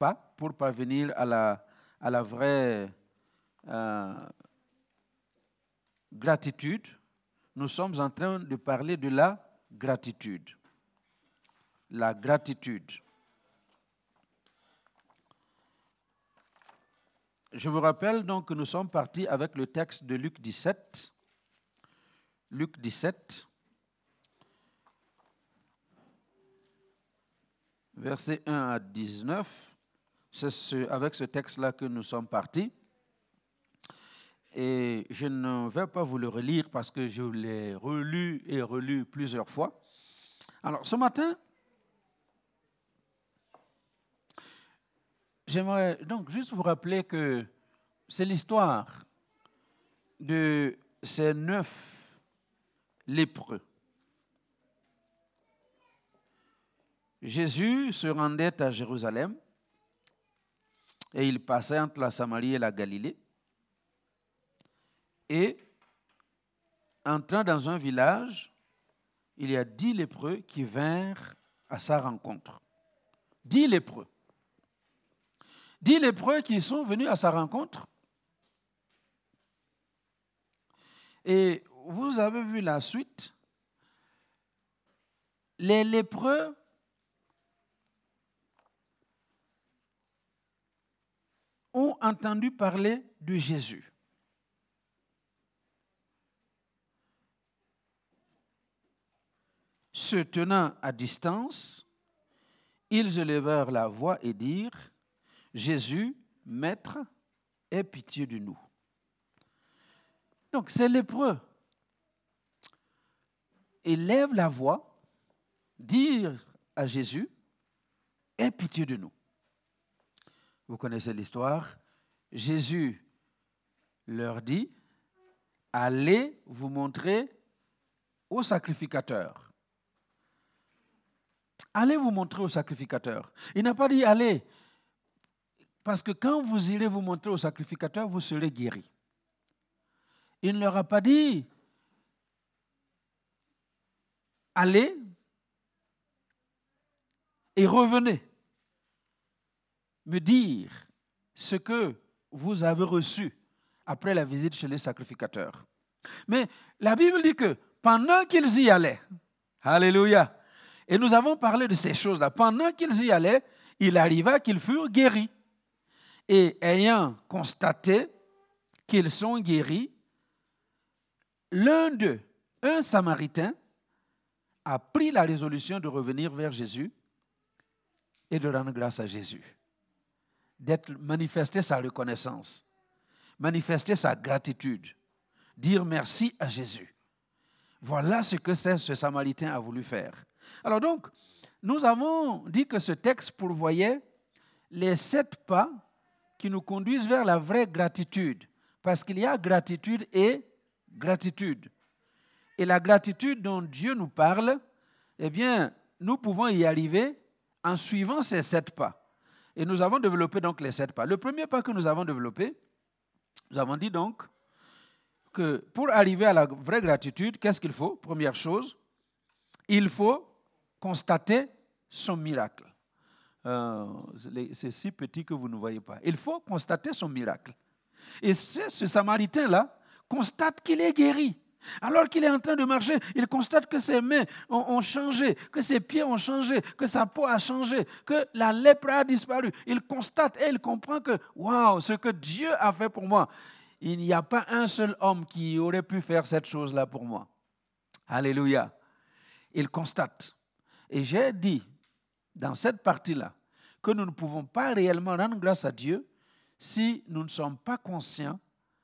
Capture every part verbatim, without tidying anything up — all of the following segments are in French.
pas, pour parvenir à la, à la vraie euh, gratitude, nous sommes en train de parler de la gratitude. La gratitude. Je vous rappelle donc que nous sommes partis avec le texte de Luc dix-sept. Luc dix-sept, versets un à dix-neuf. C'est ce, avec ce texte-là que nous sommes partis. Et je ne vais pas vous le relire parce que je l'ai relu et relu plusieurs fois. Alors, ce matin, j'aimerais donc juste vous rappeler que c'est l'histoire de ces neuf lépreux. Jésus se rendait à Jérusalem et il passait entre la Samarie et la Galilée. Et entrant dans un village, il y a dix lépreux qui vinrent à sa rencontre. Dix lépreux. Dix lépreux qui sont venus à sa rencontre. Et vous avez vu la suite. Les lépreux ont entendu parler de Jésus. Se tenant à distance, ils élevèrent la voix et dirent : Jésus, Maître, aie pitié de nous. Donc, ces lépreux élèvent la voix, dirent à Jésus : aie pitié de nous. Vous connaissez l'histoire. Jésus leur dit : allez vous montrer au sacrificateur. Allez vous montrer au sacrificateur. Il n'a pas dit allez, parce que quand vous irez vous montrer au sacrificateur, vous serez guéris. Il ne leur a pas dit allez et revenez me dire ce que vous avez reçu après la visite chez les sacrificateurs. Mais la Bible dit que pendant qu'ils y allaient, alléluia, et nous avons parlé de ces choses-là, pendant qu'ils y allaient, il arriva qu'ils furent guéris. Et ayant constaté qu'ils sont guéris, l'un d'eux, un Samaritain, a pris la résolution de revenir vers Jésus et de rendre grâce à Jésus, d'être manifester sa reconnaissance, manifester sa gratitude, dire merci à Jésus. Voilà ce que c'est, ce Samaritain a voulu faire. Alors donc, nous avons dit que ce texte pourvoyait les sept pas qui nous conduisent vers la vraie gratitude, parce qu'il y a gratitude et gratitude. Et la gratitude dont Dieu nous parle, eh bien, nous pouvons y arriver en suivant ces sept pas. Et nous avons développé donc les sept pas. Le premier pas que nous avons développé, nous avons dit donc que pour arriver à la vraie gratitude, qu'est-ce qu'il faut? Première chose, il faut constater son miracle. Euh, c'est si petit que vous ne voyez pas. Il faut constater son miracle. Et ce, ce Samaritain-là constate qu'il est guéri. Alors qu'il est en train de marcher, il constate que ses mains ont, ont changé, que ses pieds ont changé, que sa peau a changé, que la lèpre a disparu. Il constate et il comprend que, waouh, ce que Dieu a fait pour moi, il n'y a pas un seul homme qui aurait pu faire cette chose-là pour moi. Alléluia. Il constate. Et j'ai dit, dans cette partie-là, que nous ne pouvons pas réellement rendre grâce à Dieu si nous ne sommes pas conscients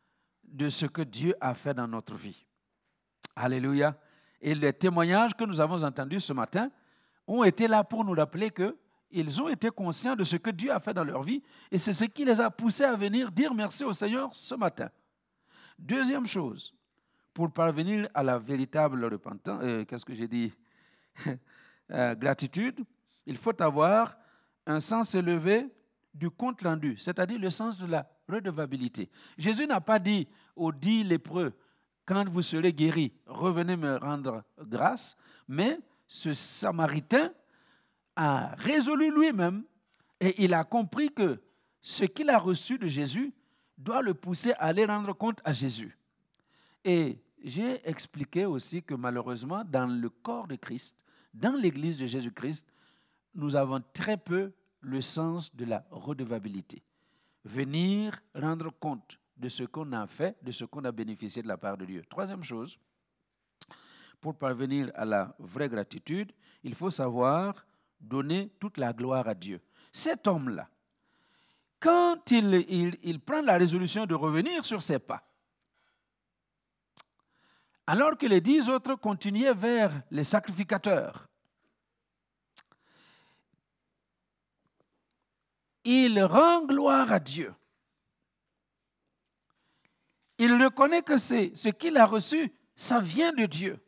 de ce que Dieu a fait dans notre vie. Alléluia. Et les témoignages que nous avons entendus ce matin ont été là pour nous rappeler qu'ils ont été conscients de ce que Dieu a fait dans leur vie et c'est ce qui les a poussés à venir dire merci au Seigneur ce matin. Deuxième chose, pour parvenir à la véritable repentance, euh, qu'est-ce que j'ai dit euh, gratitude, il faut avoir un sens élevé du compte rendu, c'est-à-dire le sens de la redevabilité. Jésus n'a pas dit aux dix lépreux, quand vous serez guéris, revenez me rendre grâce, mais ce Samaritain a résolu lui-même Et il a compris que ce qu'il a reçu de Jésus doit le pousser à aller rendre compte à Jésus. Et j'ai expliqué aussi que malheureusement, dans le corps de Christ, dans l'Église de Jésus-Christ, nous avons très peu le sens de la redevabilité. Venir rendre compte de ce qu'on a fait, de ce qu'on a bénéficié de la part de Dieu. Troisième chose, pour parvenir à la vraie gratitude, il faut savoir donner toute la gloire à Dieu. Cet homme-là, quand il, il, il prend la résolution de revenir sur ses pas, alors que les dix autres continuaient vers les sacrificateurs, il rend gloire à Dieu. Il reconnaît que c'est, ce qu'il a reçu, ça vient de Dieu.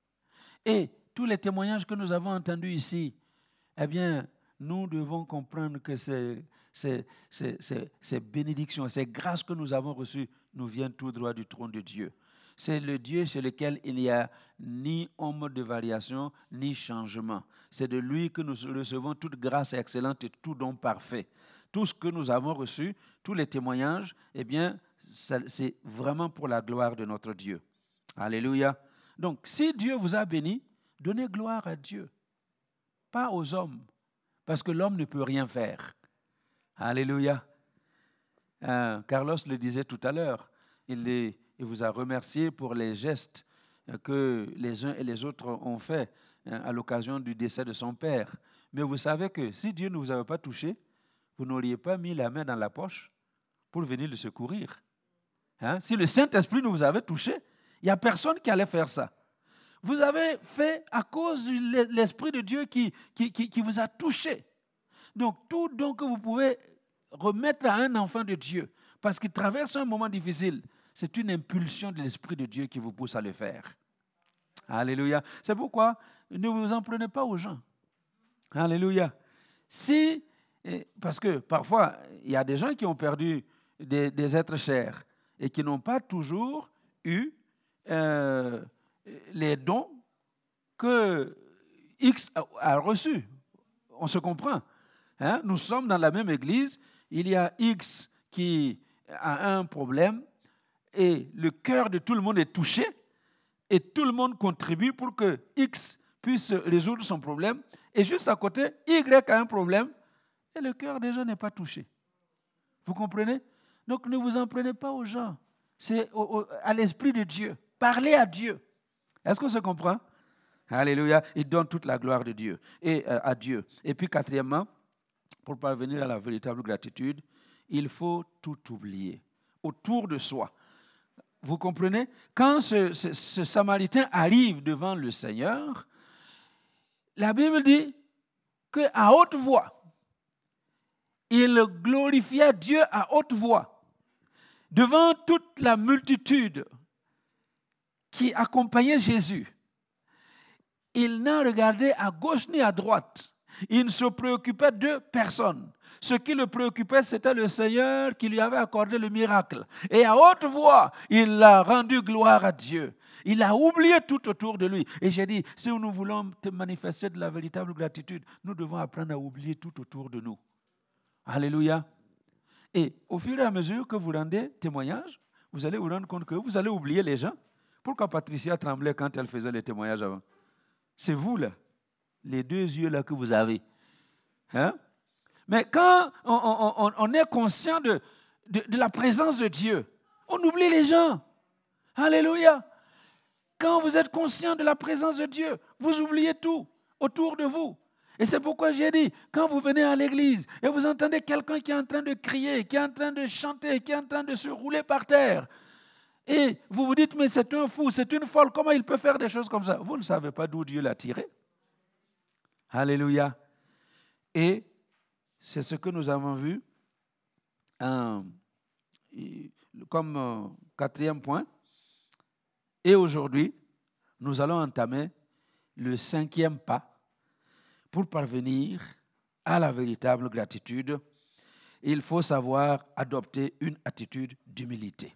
Et tous les témoignages que nous avons entendus ici, eh bien, nous devons comprendre que ces, ces, ces, ces, ces bénédictions, ces grâces que nous avons reçues nous viennent tout droit du trône de Dieu. C'est le Dieu chez lequel il n'y a ni ombre de variation, ni changement. C'est de lui que nous recevons toute grâce excellente et tout don parfait. Tout ce que nous avons reçu, tous les témoignages, eh bien, c'est vraiment pour la gloire de notre Dieu. Alléluia. Donc, si Dieu vous a béni, donnez gloire à Dieu, pas aux hommes, parce que l'homme ne peut rien faire. Alléluia. Euh, Carlos le disait tout à l'heure, il, il vous a remercié pour les gestes que les uns et les autres ont faits à l'occasion du décès de son père. Mais vous savez que si Dieu ne vous avait pas touché, vous n'auriez pas mis la main dans la poche pour venir le secourir. Hein? Si le Saint-Esprit nous avait touché, il n'y a personne qui allait faire ça. Vous avez fait à cause de l'Esprit de Dieu qui, qui, qui, qui vous a touché. Donc, tout don que vous pouvez remettre à un enfant de Dieu, parce qu'il traverse un moment difficile, c'est une impulsion de l'Esprit de Dieu qui vous pousse à le faire. Alléluia. C'est pourquoi ne vous en prenez pas aux gens. Alléluia. Si, parce que parfois, il y a des gens qui ont perdu des, des êtres chers et qui n'ont pas toujours eu euh, les dons que X a, a reçus. On se comprend. Hein? Nous sommes dans la même église. Il y a X qui a un problème et le cœur de tout le monde est touché et tout le monde contribue pour que X puisse résoudre son problème. Et juste à côté, Y a un problème et le cœur des gens n'est pas touché. Vous comprenez? Donc ne vous en prenez pas aux gens. C'est au, au, à l'Esprit de Dieu. Parlez à Dieu. Est-ce qu'on se comprend? Alléluia. Il donne toute la gloire de Dieu et euh, à Dieu. Et puis quatrièmement, pour parvenir à la véritable gratitude, il faut tout oublier autour de soi. Vous comprenez? Quand ce, ce, ce Samaritain arrive devant le Seigneur, la Bible dit qu'à haute voix, il glorifia Dieu à haute voix devant toute la multitude qui accompagnait Jésus. Il n'a regardé à gauche ni à droite. Il ne se préoccupait de personne. Ce qui le préoccupait, c'était le Seigneur qui lui avait accordé le miracle. Et à haute voix, il a rendu gloire à Dieu. Il a oublié tout autour de lui. Et j'ai dit, si nous voulons manifester de la véritable gratitude, nous devons apprendre à oublier tout autour de nous. Alléluia. Et au fur et à mesure que vous rendez témoignage, vous allez vous rendre compte que vous allez oublier les gens. Pourquoi Patricia tremblait quand elle faisait les témoignages avant? C'est vous, là, les deux yeux là que vous avez. Hein? Mais quand on, on, on est conscient de, de, de la présence de Dieu, on oublie les gens. Alléluia. Quand vous êtes conscient de la présence de Dieu, vous oubliez tout autour de vous. Et c'est pourquoi j'ai dit, quand vous venez à l'église et vous entendez quelqu'un qui est en train de crier, qui est en train de chanter, qui est en train de se rouler par terre, et vous vous dites, mais c'est un fou, c'est une folle, comment il peut faire des choses comme ça? Vous ne savez pas d'où Dieu l'a tiré. Alléluia. Et c'est ce que nous avons vu euh, comme euh, quatrième point. Et aujourd'hui, nous allons entamer le cinquième pas pour parvenir à la véritable gratitude. Il faut savoir adopter une attitude d'humilité.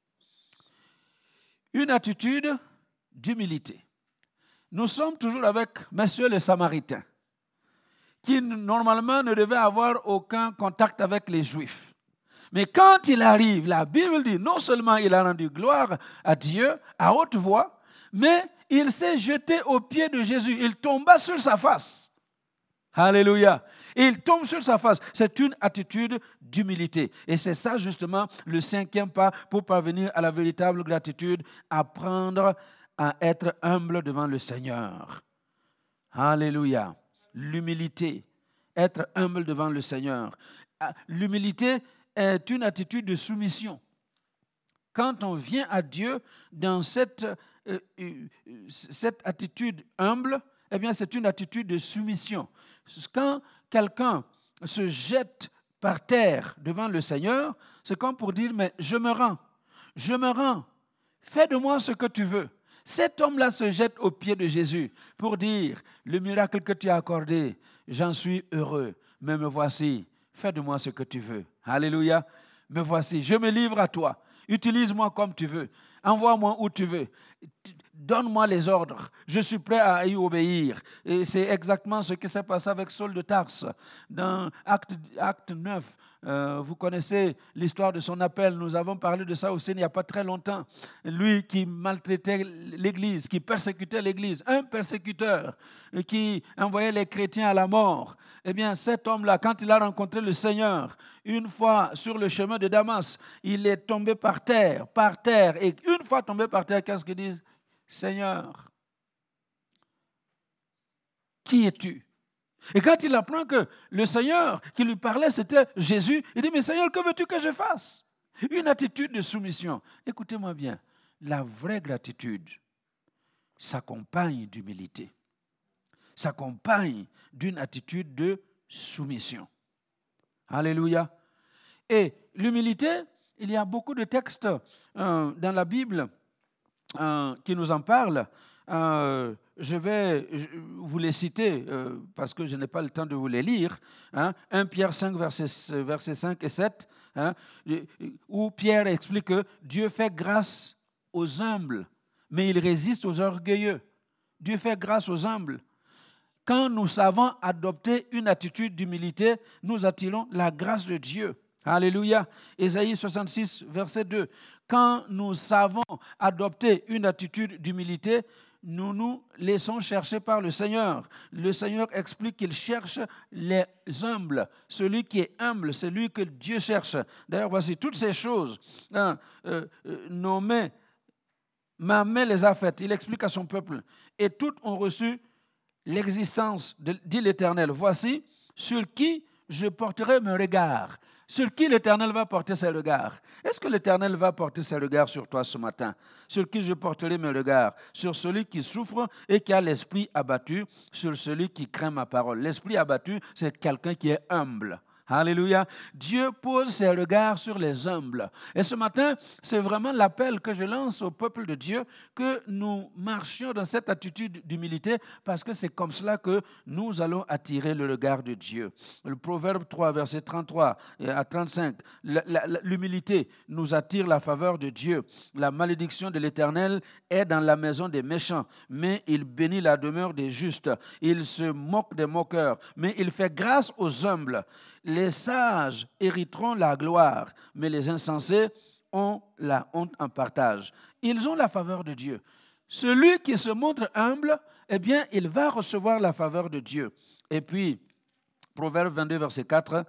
Une attitude d'humilité. Nous sommes toujours avec Monsieur le Samaritain, qui normalement ne devait avoir aucun contact avec les Juifs. Mais quand il arrive, la Bible dit, non seulement il a rendu gloire à Dieu à haute voix, mais il s'est jeté aux pieds de Jésus. Il tomba sur sa face. Alléluia. Il tombe sur sa face. C'est une attitude d'humilité. Et c'est ça justement le cinquième pas pour parvenir à la véritable gratitude, apprendre à être humble devant le Seigneur. Alléluia. L'humilité, être humble devant le Seigneur. L'humilité est une attitude de soumission. Quand on vient à Dieu dans cette, euh, euh, cette attitude humble, eh bien c'est une attitude de soumission. Quand quelqu'un se jette par terre devant le Seigneur, c'est comme pour dire, mais je me rends, je me rends, fais de moi ce que tu veux. Cet homme-là se jette aux pieds de Jésus pour dire, le miracle que tu as accordé, j'en suis heureux, mais me voici, fais de moi ce que tu veux. Alléluia, me voici, je me livre à toi, utilise-moi comme tu veux, envoie-moi où tu veux, donne-moi les ordres, je suis prêt à y obéir. Et c'est exactement ce qui s'est passé avec Saul de Tarse. Dans Acte, acte neuf, Euh, vous connaissez l'histoire de son appel. Nous avons parlé de ça aussi il n'y a pas très longtemps. Lui qui maltraitait l'Église, qui persécutait l'Église, un persécuteur qui envoyait les chrétiens à la mort. Eh bien, cet homme-là, quand il a rencontré le Seigneur, une fois sur le chemin de Damas, il est tombé par terre, par terre. Et une fois tombé par terre, qu'est-ce qu'il dit? Seigneur, qui es-tu? Et quand il apprend que le Seigneur qui lui parlait, c'était Jésus, il dit, mais Seigneur, que veux-tu que je fasse? Une attitude de soumission. Écoutez-moi bien, la vraie gratitude s'accompagne d'humilité, s'accompagne d'une attitude de soumission. Alléluia. Et l'humilité, il y a beaucoup de textes euh, dans la Bible euh, qui nous en parlent. Euh, je vais vous les citer euh, parce que je n'ai pas le temps de vous les lire. Hein. premier Pierre cinq, versets, versets cinq et sept, hein, où Pierre explique que Dieu fait grâce aux humbles, mais il résiste aux orgueilleux. Dieu fait grâce aux humbles. Quand nous savons adopter une attitude d'humilité, nous attirons la grâce de Dieu. Alléluia. Ésaïe soixante-six, verset deux. Quand nous savons adopter une attitude d'humilité, nous nous laissons chercher par le Seigneur. Le Seigneur explique qu'il cherche les humbles. Celui qui est humble, c'est lui que Dieu cherche. D'ailleurs, voici toutes ces choses hein, euh, euh, nommées, ma main les a faites. Il explique à son peuple. Et toutes ont reçu l'existence, de, dit l'Éternel. Voici sur qui je porterai mon regard. Sur qui l'Éternel va porter ses regards? Est-ce que l'Éternel va porter ses regards sur toi ce matin? Sur qui je porterai mes regards? Sur celui qui souffre et qui a l'esprit abattu, sur celui qui craint ma parole. L'esprit abattu, c'est quelqu'un qui est humble. Alléluia. Dieu pose ses regards sur les humbles. Et ce matin, c'est vraiment l'appel que je lance au peuple de Dieu, que nous marchions dans cette attitude d'humilité, parce que c'est comme cela que nous allons attirer le regard de Dieu. Le Proverbe trois, verset trente-trois à trente-cinq, l'humilité nous attire la faveur de Dieu. La malédiction de l'Éternel est dans la maison des méchants, mais il bénit la demeure des justes. Il se moque des moqueurs, mais il fait grâce aux humbles. Les sages hériteront la gloire, mais les insensés ont la honte en partage. Ils ont la faveur de Dieu. Celui qui se montre humble, eh bien, il va recevoir la faveur de Dieu. Et puis, Proverbe vingt-deux, verset quatre,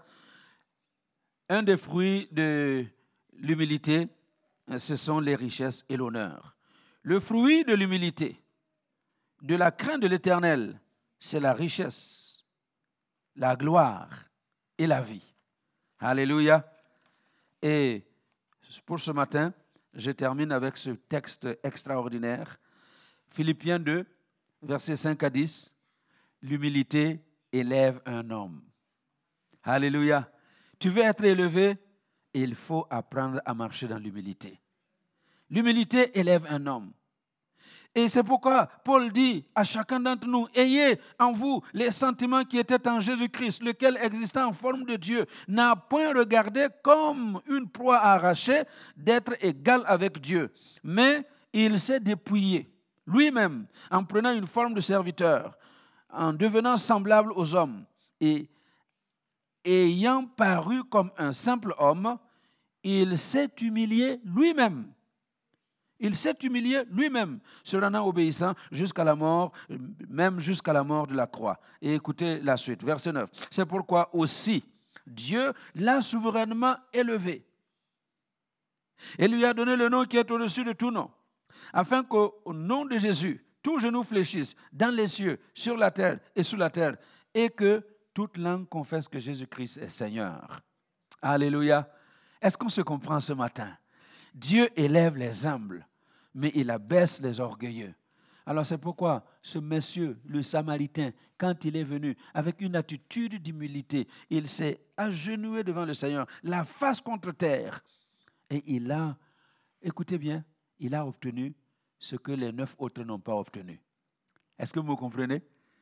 un des fruits de l'humilité, ce sont les richesses et l'honneur. Le fruit de l'humilité, de la crainte de l'Éternel, c'est la richesse, la gloire et la vie. Alléluia. Et pour ce matin, je termine avec ce texte extraordinaire. Philippiens deux, versets cinq à dix. L'humilité élève un homme. Alléluia. Tu veux être élevé, il faut apprendre à marcher dans l'humilité. L'humilité élève un homme. Et c'est pourquoi Paul dit à chacun d'entre nous, ayez en vous les sentiments qui étaient en Jésus-Christ, lequel existant en forme de Dieu, n'a point regardé comme une proie arrachée d'être égal avec Dieu, mais il s'est dépouillé lui-même en prenant une forme de serviteur, en devenant semblable aux hommes. Et ayant paru comme un simple homme, il s'est humilié lui-même. Il s'est humilié lui-même, se rendant obéissant jusqu'à la mort, même jusqu'à la mort de la croix. Et écoutez la suite, verset neuf. C'est pourquoi aussi Dieu l'a souverainement élevé et lui a donné le nom qui est au-dessus de tout nom, afin qu'au nom de Jésus, tout genou fléchisse dans les cieux, sur la terre et sous la terre, et que toute langue confesse que Jésus-Christ est Seigneur. Alléluia. Est-ce qu'on se comprend ce matin? Dieu élève les humbles, mais il abaisse les orgueilleux. Alors c'est pourquoi ce monsieur, le Samaritain, quand il est venu avec une attitude d'humilité, il s'est agenouillé devant le Seigneur, la face contre terre, et il a, écoutez bien, il a obtenu ce que les neuf autres n'ont pas obtenu. Est-ce que vous me comprenez?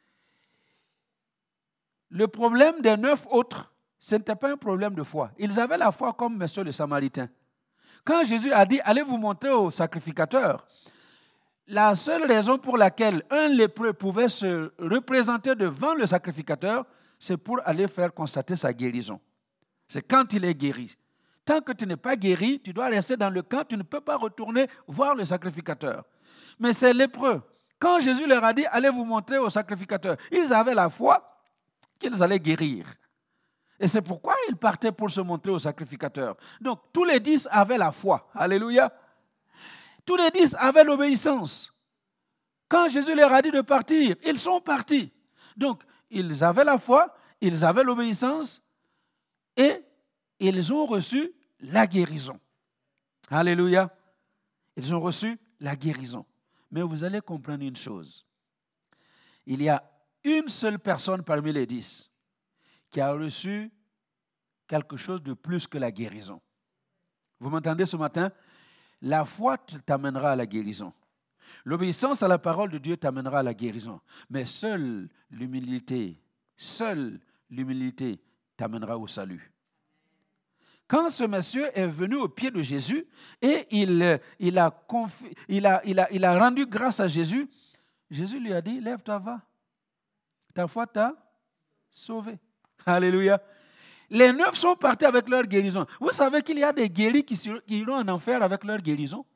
Le problème des neuf autres, ce n'était pas un problème de foi. Ils avaient la foi comme monsieur le Samaritain. Quand Jésus a dit, allez vous montrer au sacrificateur, la seule raison pour laquelle un lépreux pouvait se représenter devant le sacrificateur, c'est pour aller faire constater sa guérison. C'est quand il est guéri. Tant que tu n'es pas guéri, tu dois rester dans le camp, tu ne peux pas retourner voir le sacrificateur. Mais ces lépreux, quand Jésus leur a dit, allez vous montrer au sacrificateur, ils avaient la foi qu'ils allaient guérir. Et c'est pourquoi ils partaient pour se montrer au sacrificateur. Donc, tous les dix avaient la foi. Alléluia. Tous les dix avaient l'obéissance. Quand Jésus leur a dit de partir, ils sont partis. Donc, ils avaient la foi, ils avaient l'obéissance et ils ont reçu la guérison. Alléluia. Ils ont reçu la guérison. Mais vous allez comprendre une chose. Il y a une seule personne parmi les dix qui a reçu quelque chose de plus que la guérison. Vous m'entendez ce matin? La foi t'amènera à la guérison. L'obéissance à la parole de Dieu t'amènera à la guérison. Mais seule l'humilité, seule l'humilité t'amènera au salut. Quand ce monsieur est venu au pied de Jésus et il, il, a, confi, il, a, il, a, il a rendu grâce à Jésus, Jésus lui a dit, lève-toi, va. Ta foi t'a sauvé. Alléluia. Les neuf sont partis avec leur guérison. Vous savez qu'il y a des guéris qui, qui iront en enfer avec leur guérison?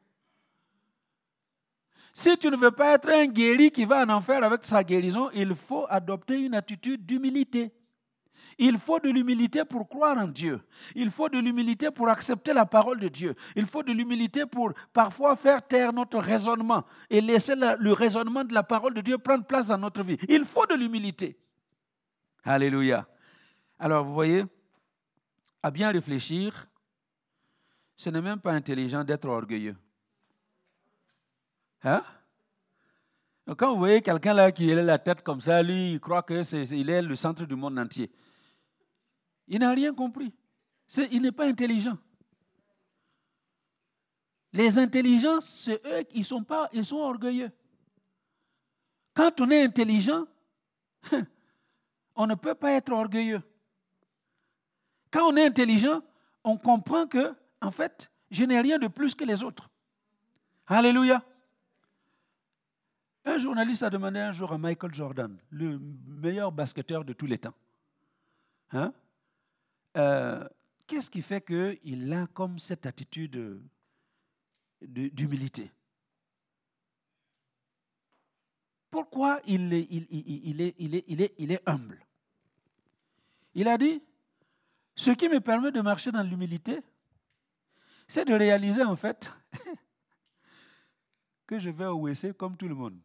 Si tu ne veux pas être un guéri qui va en enfer avec sa guérison, il faut adopter une attitude d'humilité. Il faut de l'humilité pour croire en Dieu. Il faut de l'humilité pour accepter la parole de Dieu. Il faut de l'humilité pour parfois faire taire notre raisonnement et laisser la, le raisonnement de la parole de Dieu prendre place dans notre vie. Il faut de l'humilité. Alléluia. Alors, vous voyez, à bien réfléchir, ce n'est même pas intelligent d'être orgueilleux. Hein? Donc, quand vous voyez quelqu'un là qui a la tête comme ça, lui, il croit qu'il est le centre du monde entier. Il n'a rien compris. C'est, il n'est pas intelligent. Les intelligents, c'est eux qui sont pas, ils sont orgueilleux. Quand on est intelligent, on ne peut pas être orgueilleux. Quand on est intelligent, on comprend que, en fait, je n'ai rien de plus que les autres. Alléluia. Un journaliste a demandé un jour à Michael Jordan, le meilleur basketteur de tous les temps, hein? euh, qu'est-ce qui fait qu'il a comme cette attitude de, de, d'humilité? Pourquoi il est, il, il, il, est, il, est, il, est, il est humble? Il a dit, ce qui me permet de marcher dans l'humilité, c'est de réaliser en fait que je vais au W C comme tout le monde.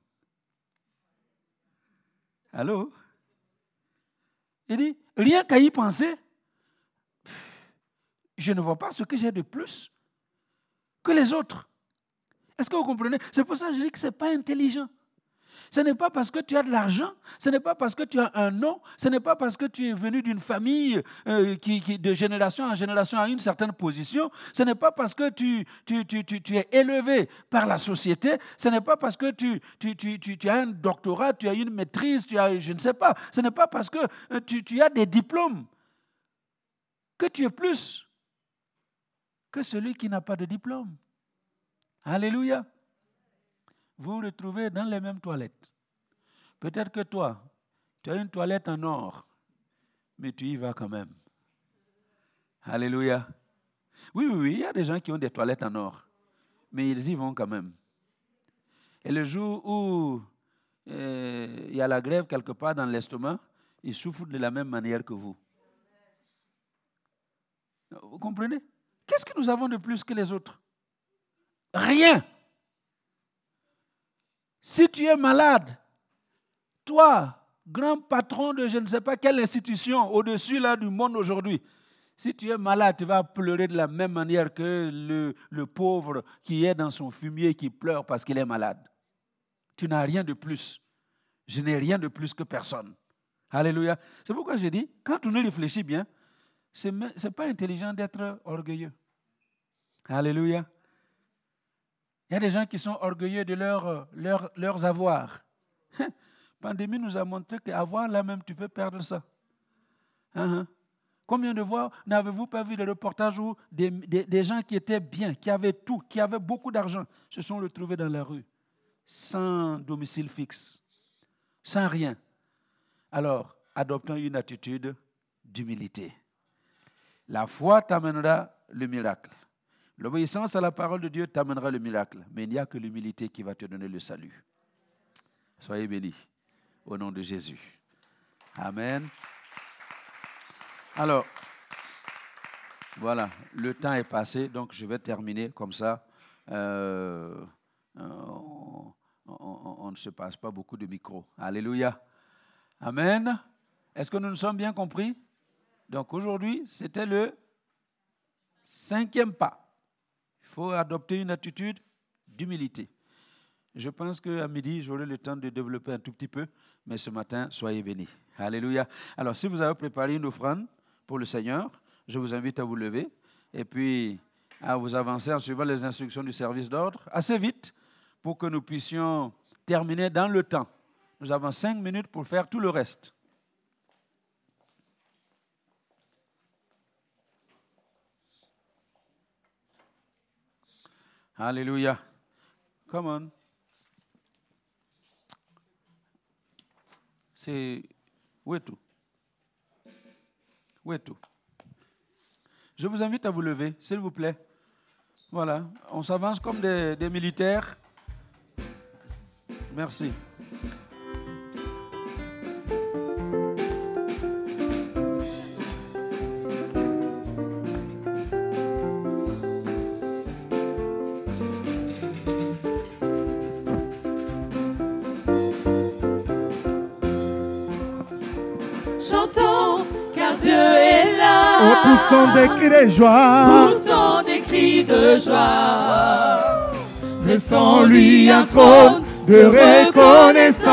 Allô? Il dit, rien qu'à y penser, je ne vois pas ce que j'ai de plus que les autres. Est-ce que vous comprenez? C'est pour ça que je dis que ce n'est pas intelligent. Ce n'est pas parce que tu as de l'argent, ce n'est pas parce que tu as un nom, ce n'est pas parce que tu es venu d'une famille euh, qui, qui, de génération en génération à une certaine position, ce n'est pas parce que tu, tu, tu, tu, tu es élevé par la société, ce n'est pas parce que tu, tu, tu, tu, tu as un doctorat, tu as une maîtrise, tu as, je ne sais pas, ce n'est pas parce que euh, tu, tu as des diplômes que tu es plus que celui qui n'a pas de diplôme. Alléluia. Vous vous retrouvez dans les mêmes toilettes. Peut-être que toi, tu as une toilette en or mais tu y vas quand même. Alléluia. Oui, oui, oui, il y a des gens qui ont des toilettes en or, mais ils y vont quand même. Et le jour où euh, il y a la grève quelque part dans l'estomac, ils souffrent de la même manière que vous. Vous comprenez? Qu'est-ce que nous avons de plus que les autres? Rien. Si tu es malade, toi, grand patron de je ne sais pas quelle institution au-dessus là du monde aujourd'hui, si tu es malade, tu vas pleurer de la même manière que le, le pauvre qui est dans son fumier et qui pleure parce qu'il est malade. Tu n'as rien de plus. Je n'ai rien de plus que personne. Alléluia. C'est pourquoi je dis, quand on y réfléchit bien, ce n'est pas intelligent d'être orgueilleux. Alléluia. Il y a des gens qui sont orgueilleux de leur, leur, leurs avoirs. La pandémie nous a montré qu'avoir là même, tu peux perdre ça. Uh-huh. Combien de fois n'avez-vous pas vu des reportages où des, des, des gens qui étaient bien, qui avaient tout, qui avaient beaucoup d'argent, se sont retrouvés dans la rue, sans domicile fixe, sans rien. Alors, adoptons une attitude d'humilité. La foi t'amènera le miracle. L'obéissance à la parole de Dieu t'amènera le miracle. Mais il n'y a que l'humilité qui va te donner le salut. Soyez bénis au nom de Jésus. Amen. Alors, voilà, le temps est passé, donc je vais terminer comme ça. Euh, on, on, on ne se passe pas beaucoup de micros. Alléluia. Amen. Est-ce que nous nous sommes bien compris? Donc aujourd'hui, c'était le cinquième pas. Il faut adopter une attitude d'humilité. Je pense qu'à midi, j'aurai le temps de développer un tout petit peu, mais ce matin, soyez bénis. Alléluia. Alors, si vous avez préparé une offrande pour le Seigneur, je vous invite à vous lever et puis à vous avancer en suivant les instructions du service d'ordre assez vite pour que nous puissions terminer dans le temps. Nous avons cinq minutes pour faire tout le reste. Alléluia. Come on. C'est... Où est tout? Où est tout? Je vous invite à vous lever, s'il vous plaît. Voilà. On s'avance comme des, des militaires. Merci. Chantons, car Dieu est là. Oh, poussons des cris de joie. Poussons des cris de joie. Laissons-lui un trône de reconnaissance.